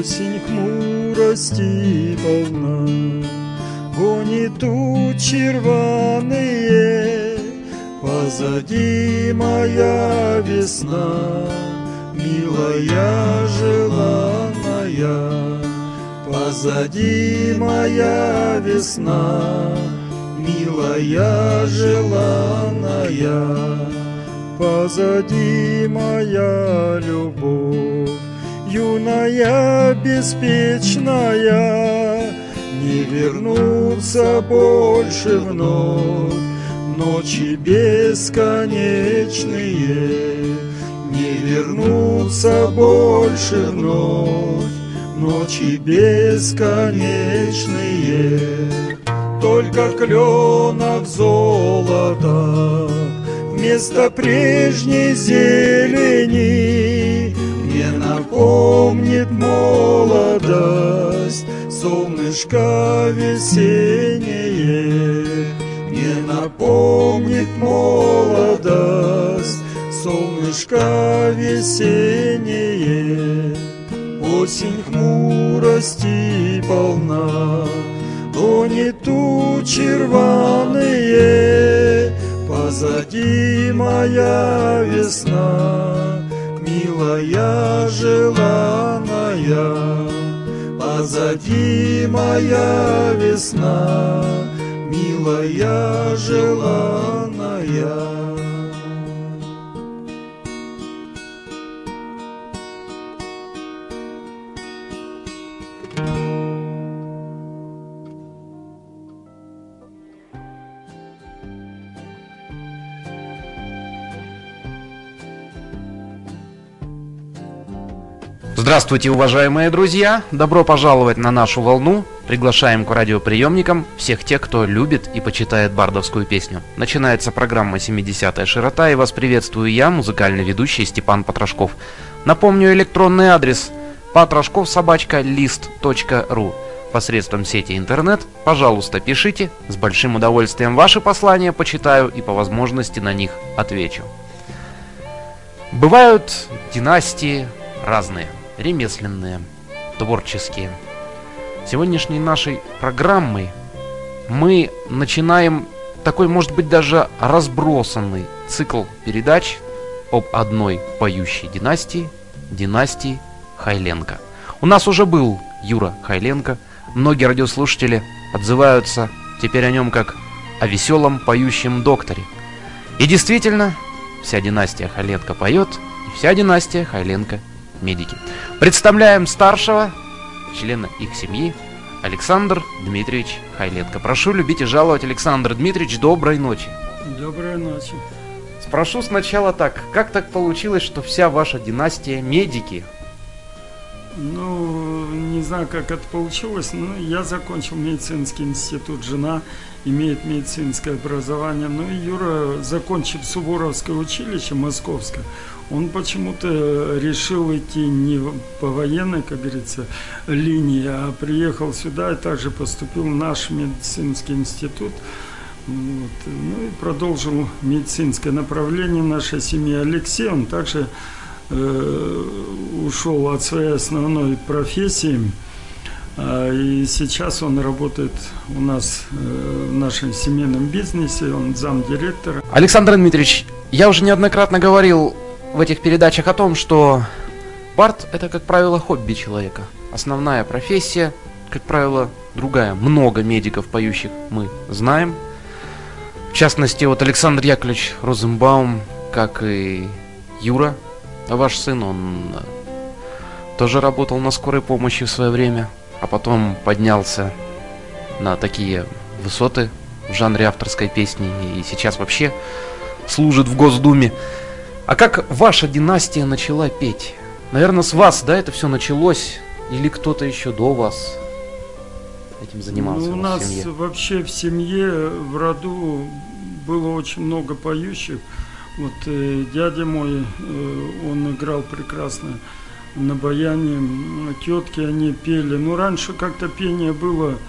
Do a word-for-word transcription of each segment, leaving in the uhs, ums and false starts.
Осень хмурости полна, гонит тучи рваные. Позади моя весна, милая желанная. Позади моя весна, милая желанная. Позади моя любовь, юная беспечная. Не вернуться больше вновь ночи бесконечные. Не вернуться больше вновь ночи бесконечные. Только кленов золото вместо прежней зелени мне напомнит молодость солнышко весеннее. Мне напомнит молодость солнышко весеннее. Осень хмурости полна, гонит тучи рваные. Позади моя весна, милая желанная. Позади моя весна, милая желанная. Здравствуйте, уважаемые друзья! Добро пожаловать на нашу волну. Приглашаем к радиоприемникам всех тех, кто любит и почитает бардовскую песню. Начинается программа «семидесятая широта», и вас приветствую я, музыкальный ведущий Степан Потрошков. Напомню электронный адрес потрошков собака лист точка ру. Посредством сети интернет, пожалуйста, пишите. С большим удовольствием ваши послания почитаю и по возможности на них отвечу. Бывают династии разные. Ремесленные, творческие. Сегодняшней нашей программой мы начинаем такой, может быть, даже разбросанный цикл передач об одной поющей династии, династии Хайленко. У нас уже был Юра Хайленко. Многие радиослушатели отзываются теперь о нем как о веселом поющем докторе. И действительно, вся династия Хайленко поет, и вся династия Хайленко медики. Представляем старшего члена их семьи, Александр Дмитриевич Хайленко. Прошу любить и жаловать, Александр Дмитриевич, доброй ночи. Доброй ночи. Спрошу сначала так, как так получилось, что вся ваша династия медики? Ну, не знаю, как это получилось, но я закончил медицинский институт, жена имеет медицинское образование. Ну и Юра, закончив Суворовское училище московское, он почему-то решил идти не по военной, как говорится, линии, а приехал сюда и также поступил в наш медицинский институт. Вот. Ну и продолжил медицинское направление нашей семьи. Алексей, он также э, ушел от своей основной профессии. И сейчас он работает у нас в нашем семейном бизнесе, он замдиректора. Александр Дмитриевич, я уже неоднократно говорил в этих передачах о том, что бард — это, как правило, хобби человека. Основная профессия, как правило, другая. Много медиков поющих мы знаем. В частности, вот Александр Яковлевич Розенбаум, как и Юра, ваш сын, он тоже работал на скорой помощи в свое время, а потом поднялся на такие высоты в жанре авторской песни и сейчас вообще служит в Госдуме. А как ваша династия начала петь? Наверное, с вас, да, это все началось? Или кто-то еще до вас этим занимался? Ну, у нас в вообще в семье, в роду было очень много поющих. Вот э, дядя мой, э, он играл прекрасно на баяне, тетки они пели. Ну, раньше как-то пение было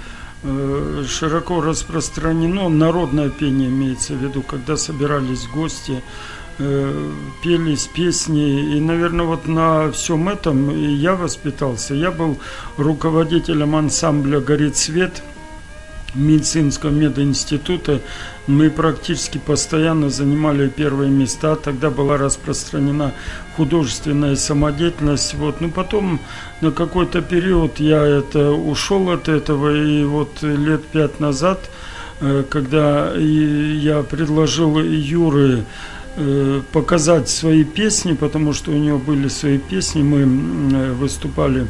э, широко распространено народное пение, имеется в виду, когда собирались гости, э, пелись песни. И, наверное, вот на всем этом и я воспитался. Я был руководителем ансамбля «Горит свет» медицинского мединститута. Мы практически постоянно занимали первые места. Тогда была распространена художественная самодеятельность. Вот. Но потом на какой-то период я это, ушел от этого. И вот лет пять назад, когда я предложил Юре показать свои песни, потому что у него были свои песни, мы выступали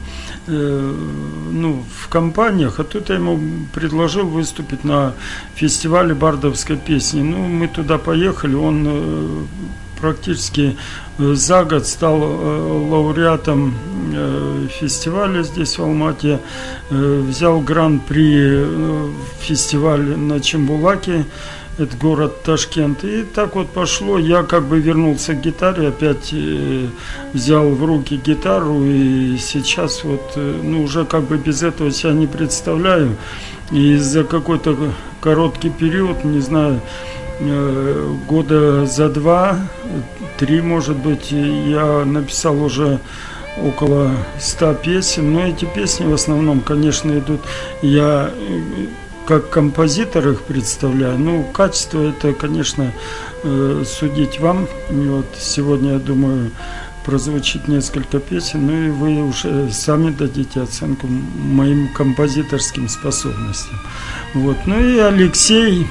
ну, в компаниях, а тут я ему предложил выступить на фестивале бардовской песни. Ну, мы туда поехали, он практически за год стал лауреатом фестиваля здесь в Алмате, взял гран-при фестиваля на Чембулаке, это город Ташкент. И так вот пошло. Я как бы вернулся к гитаре, опять э, взял в руки гитару. И сейчас вот, э, ну уже как бы без этого себя не представляю. И за какой-то короткий период, не знаю, э, года за два, три, может быть, я написал уже около ста песен. Но эти песни в основном, конечно, идут... Я... как композитор их представляю. Ну, качество это, конечно, э, судить вам. И вот сегодня, я думаю, прозвучит несколько песен, ну и вы уже сами дадите оценку моим композиторским способностям. Вот. Ну и Алексей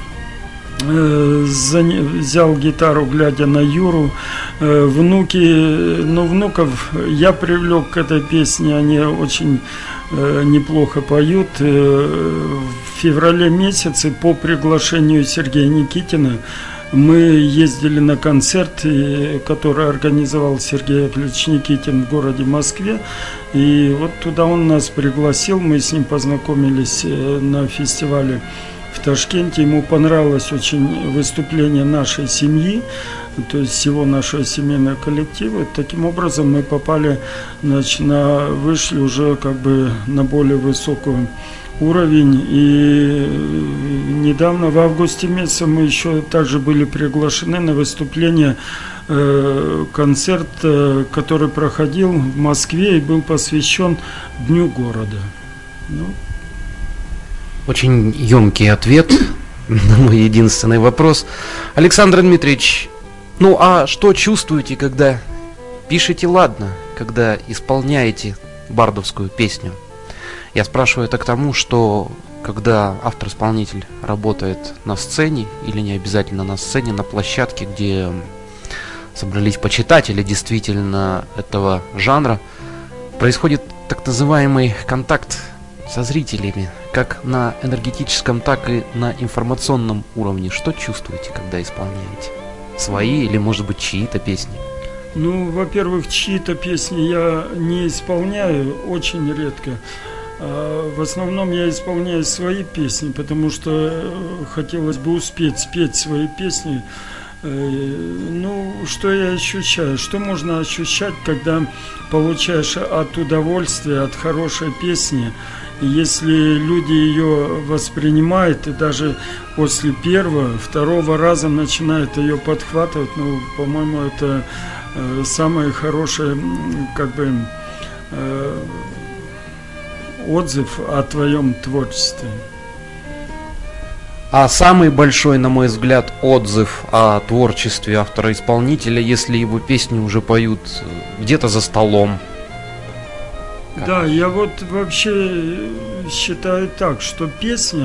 э, заня... взял гитару, глядя на Юру. Э, внуки, ну, внуков я привлек к этой песне, они очень э, неплохо поют. Э, в феврале месяце по приглашению Сергея Никитина мы ездили на концерт, который организовал Сергей Яковлевич Никитин в городе Москве. И вот туда он нас пригласил, мы с ним познакомились на фестивале в Ташкенте. Ему понравилось очень выступление нашей семьи, то есть всего нашего семейного коллектива. Таким образом мы попали, значит, на, вышли уже как бы на более высокую уровень. И недавно, в августе месяце, мы еще также были приглашены на выступление, э, концерт, э, который проходил в Москве и был посвящен Дню города. Ну. Очень емкий ответ на мой единственный вопрос. Александр Дмитриевич, ну а что чувствуете, когда пишете «Ладно», когда исполняете бардовскую песню? Я спрашиваю это к тому, что когда автор-исполнитель работает на сцене, или не обязательно на сцене, на площадке, где собрались почитатели действительно этого жанра, происходит так называемый контакт со зрителями, как на энергетическом, так и на информационном уровне. Что чувствуете, когда исполняете? Свои или, может быть, чьи-то песни? Ну, во-первых, чьи-то песни я не исполняю, очень редко. В основном я исполняю свои песни, потому что хотелось бы успеть спеть свои песни. Ну, что я ощущаю? Что можно ощущать, когда получаешь от удовольствия, от хорошей песни? Если люди ее воспринимают и даже после первого, второго раза начинают ее подхватывать, ну, по-моему, это самое хорошее, как бы, отзыв о твоем творчестве. А самый большой, на мой взгляд, отзыв о творчестве автора-исполнителя, если его песни уже поют где-то за столом. Как? Да, я вот вообще считаю так, что песня,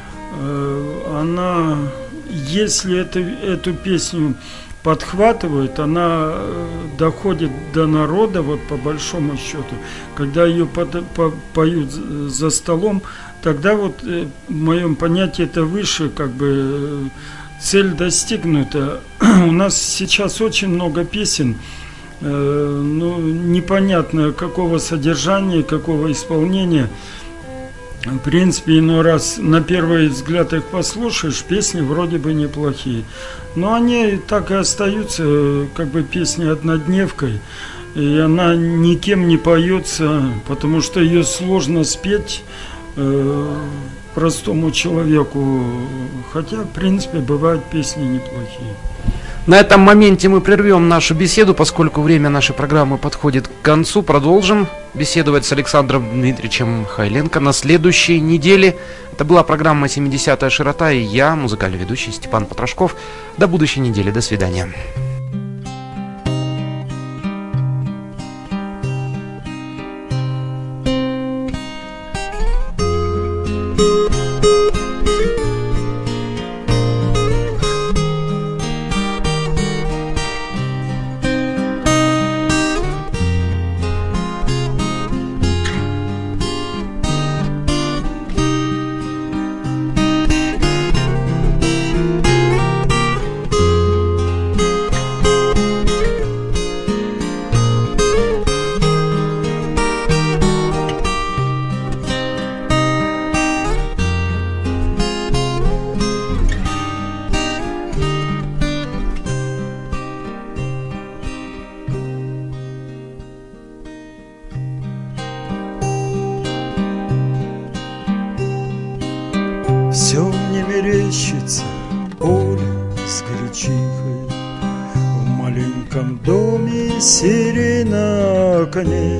она, если это, эту песню подхватывает, она доходит до народа, вот по большому счету, когда ее под, по, поют за столом, тогда вот в моем понятии это выше, как бы цель достигнута. У нас сейчас очень много песен, э, ну, непонятно какого содержания, какого исполнения. В принципе, иной раз на первый взгляд их послушаешь, песни вроде бы неплохие. Но они так и остаются, как бы, песней однодневкой. И она никем не поется, потому что ее сложно спеть э, простому человеку. Хотя, в принципе, бывают песни неплохие. На этом моменте мы прервем нашу беседу, поскольку время нашей программы подходит к концу. Продолжим беседовать с Александром Дмитриевичем Хайленко на следующей неделе. Это была программа «семидесятая широта» и я, музыкальный ведущий Степан Потрошков. До будущей недели. До свидания. Все мне мерещится поле с гречихой, в маленьком доме сирень на окне.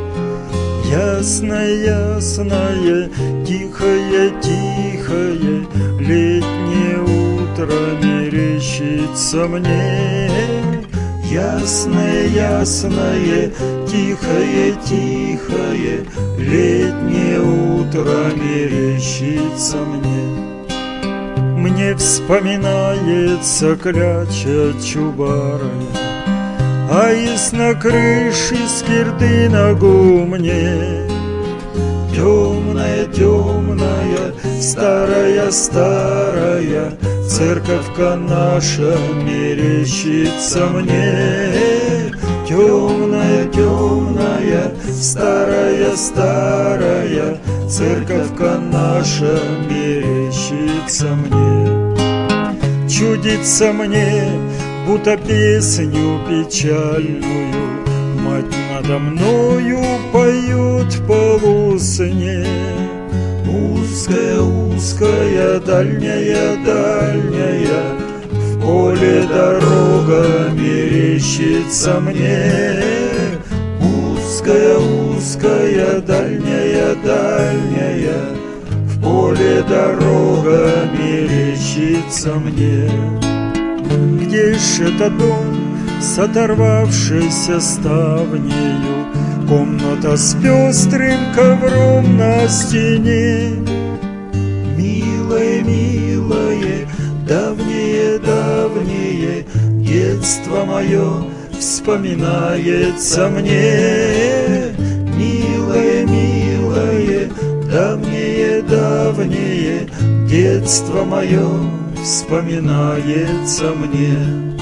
Ясное, ясное, тихое, тихое летнее утро мерещится мне. Ясное, ясное, тихое, тихое летнее утро мерещится мне. Мне вспоминается кляча чубарая, аист на крыше скирды на гумне. Темная, темная, старая, старая церковка наша мерещится мне. Темная, темная, старая, старая церковка наша мерещится мне. Чудится мне, будто песню печальную мать надо мною поет в полусне. Узкая, узкая, дальняя, дальняя, в поле дорога мерещится мне. Узкая, узкая, дальняя, дальняя, в поле дорога мерещится мне. Где ж этот дом с оторвавшейся ставнею, комната с пестрым ковром на стене? Милое, милое, давнее, давнее детство мое вспоминается мне. Милое, милое, давнее, давнее детство мое вспоминается мне.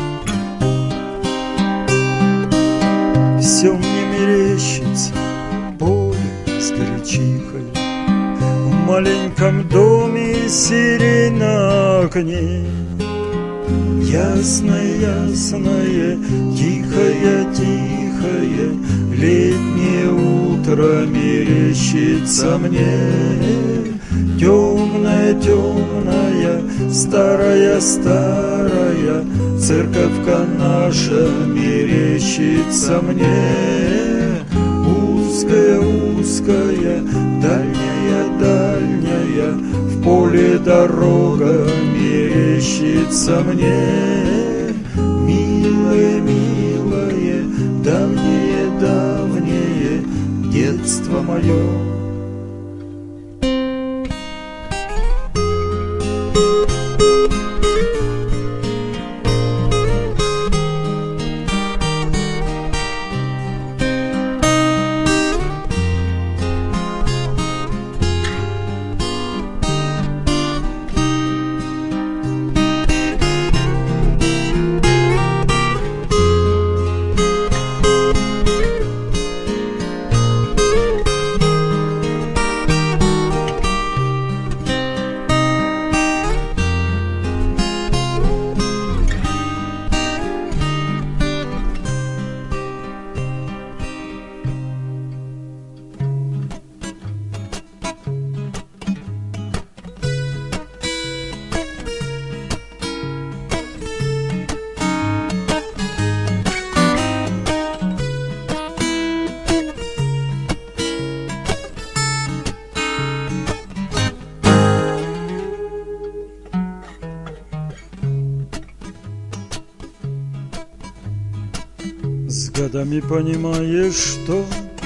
Все мне мерещится поле с гречихой, в маленьком доме сирень на окне. Ясное, ясное, тихое, тихое летнее утро мерещится мне. Темная, темная, старая, старая церковка наша мерещится мне. Узкая, узкая, дальняя, дальняя, в поле дорога мерещится мне. Милое, милое, давнее, давнее детство мое. С годами понимаешь, что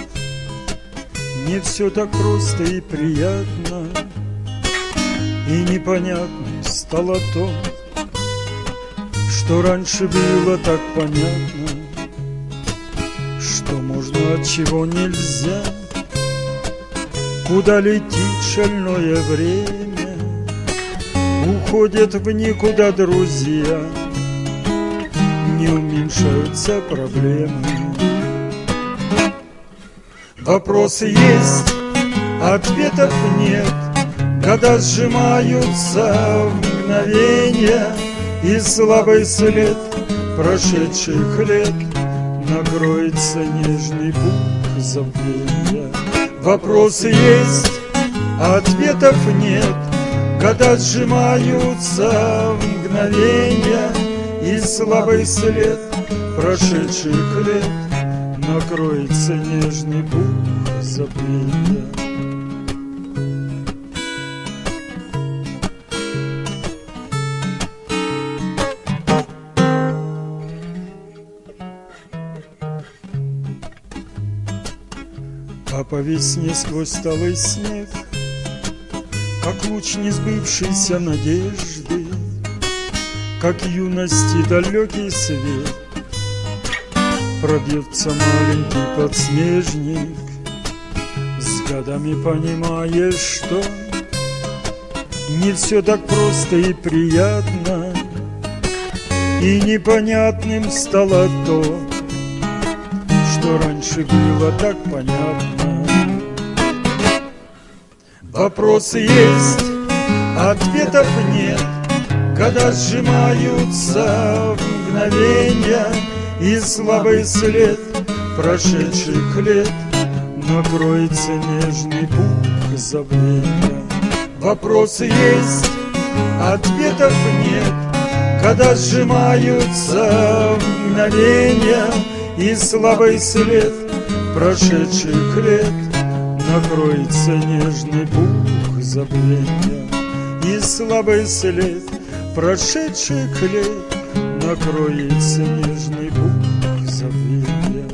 не все так просто и приятно, и непонятно стало то, что раньше было так понятно, что можно, от чего нельзя, куда летит шальное время, уходят в никуда друзья, не уменьшаются проблемы. Вопросы есть, ответов нет, года сжимаются в мгновение, и слабый след прошедших лет накроется нежный пух забвения. Вопросы есть, ответов нет, года сжимаются в мгновение, и слабый след прошедших лет накроется нежный пух забвения. А по весне сквозь столый снег, как луч несбывшейся надежды, как юности далекий свет, пробьется маленький подснежник. С годами понимаешь, что не все так просто и приятно, и непонятным стало то, что раньше было так понятно. Вопросы есть, ответов нет, года сжимаются в мгновение, и слабый след прошедших лет накроется нежный пух забвения. Вопросы есть, ответов нет, года сжимаются в мгновение, и слабый след прошедших лет накроется нежный пух забвения. И слабый след прошедших лет накроется нежный пух забвения.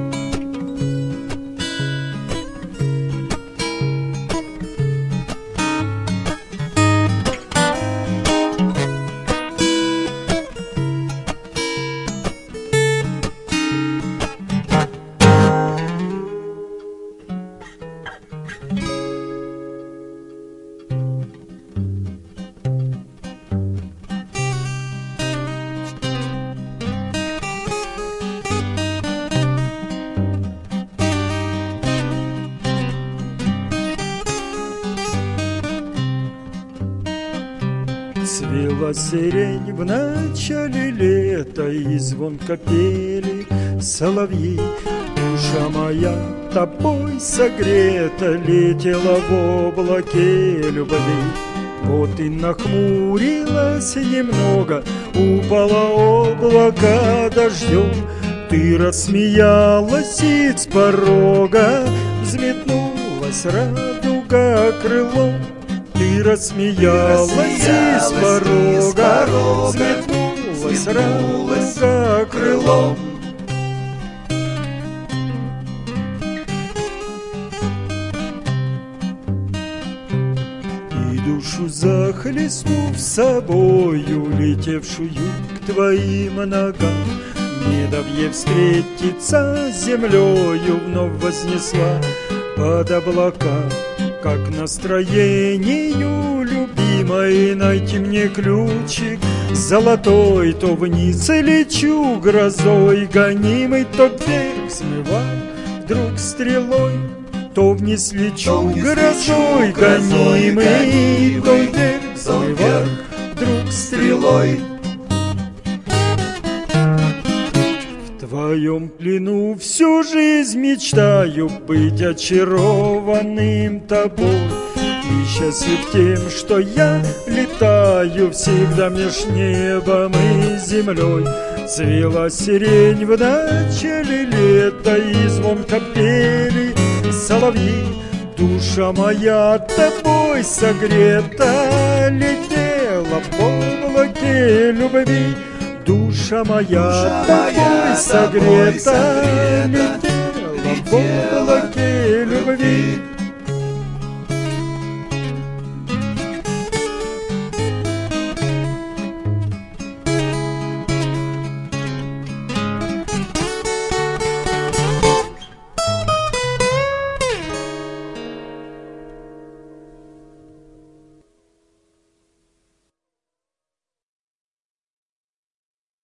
Цвела сирень в начале лета, и звонко пели соловьи. Душа моя тобой согрета, летела в облаке любви. Вот и нахмурилась немного, упало облако дождем. Ты рассмеялась, и с порога взметнулась радуга крылом. Ты рассмеялась, и с порога взметнулась радуга крылом. И душу захлестнув собою, летевшую к твоим ногам, не дав ей встретиться с землею, вновь вознесла под облака. Как настроению любимой найти мне ключик золотой, то вниз лечу грозой гонимый, то вверх смываю вдруг стрелой, то вниз лечу грозой гонимый, то вверх смываю вдруг стрелой. В твоем плену всю жизнь мечтаю быть очарованным тобой, и счастлив тем, что я летаю всегда меж небом и землей. Цвела сирень в начале лета, и звонко пели соловьи. Душа моя тобой согрета, летела в облаке любви. Душа моя тобой согрета, летела в облаке любви.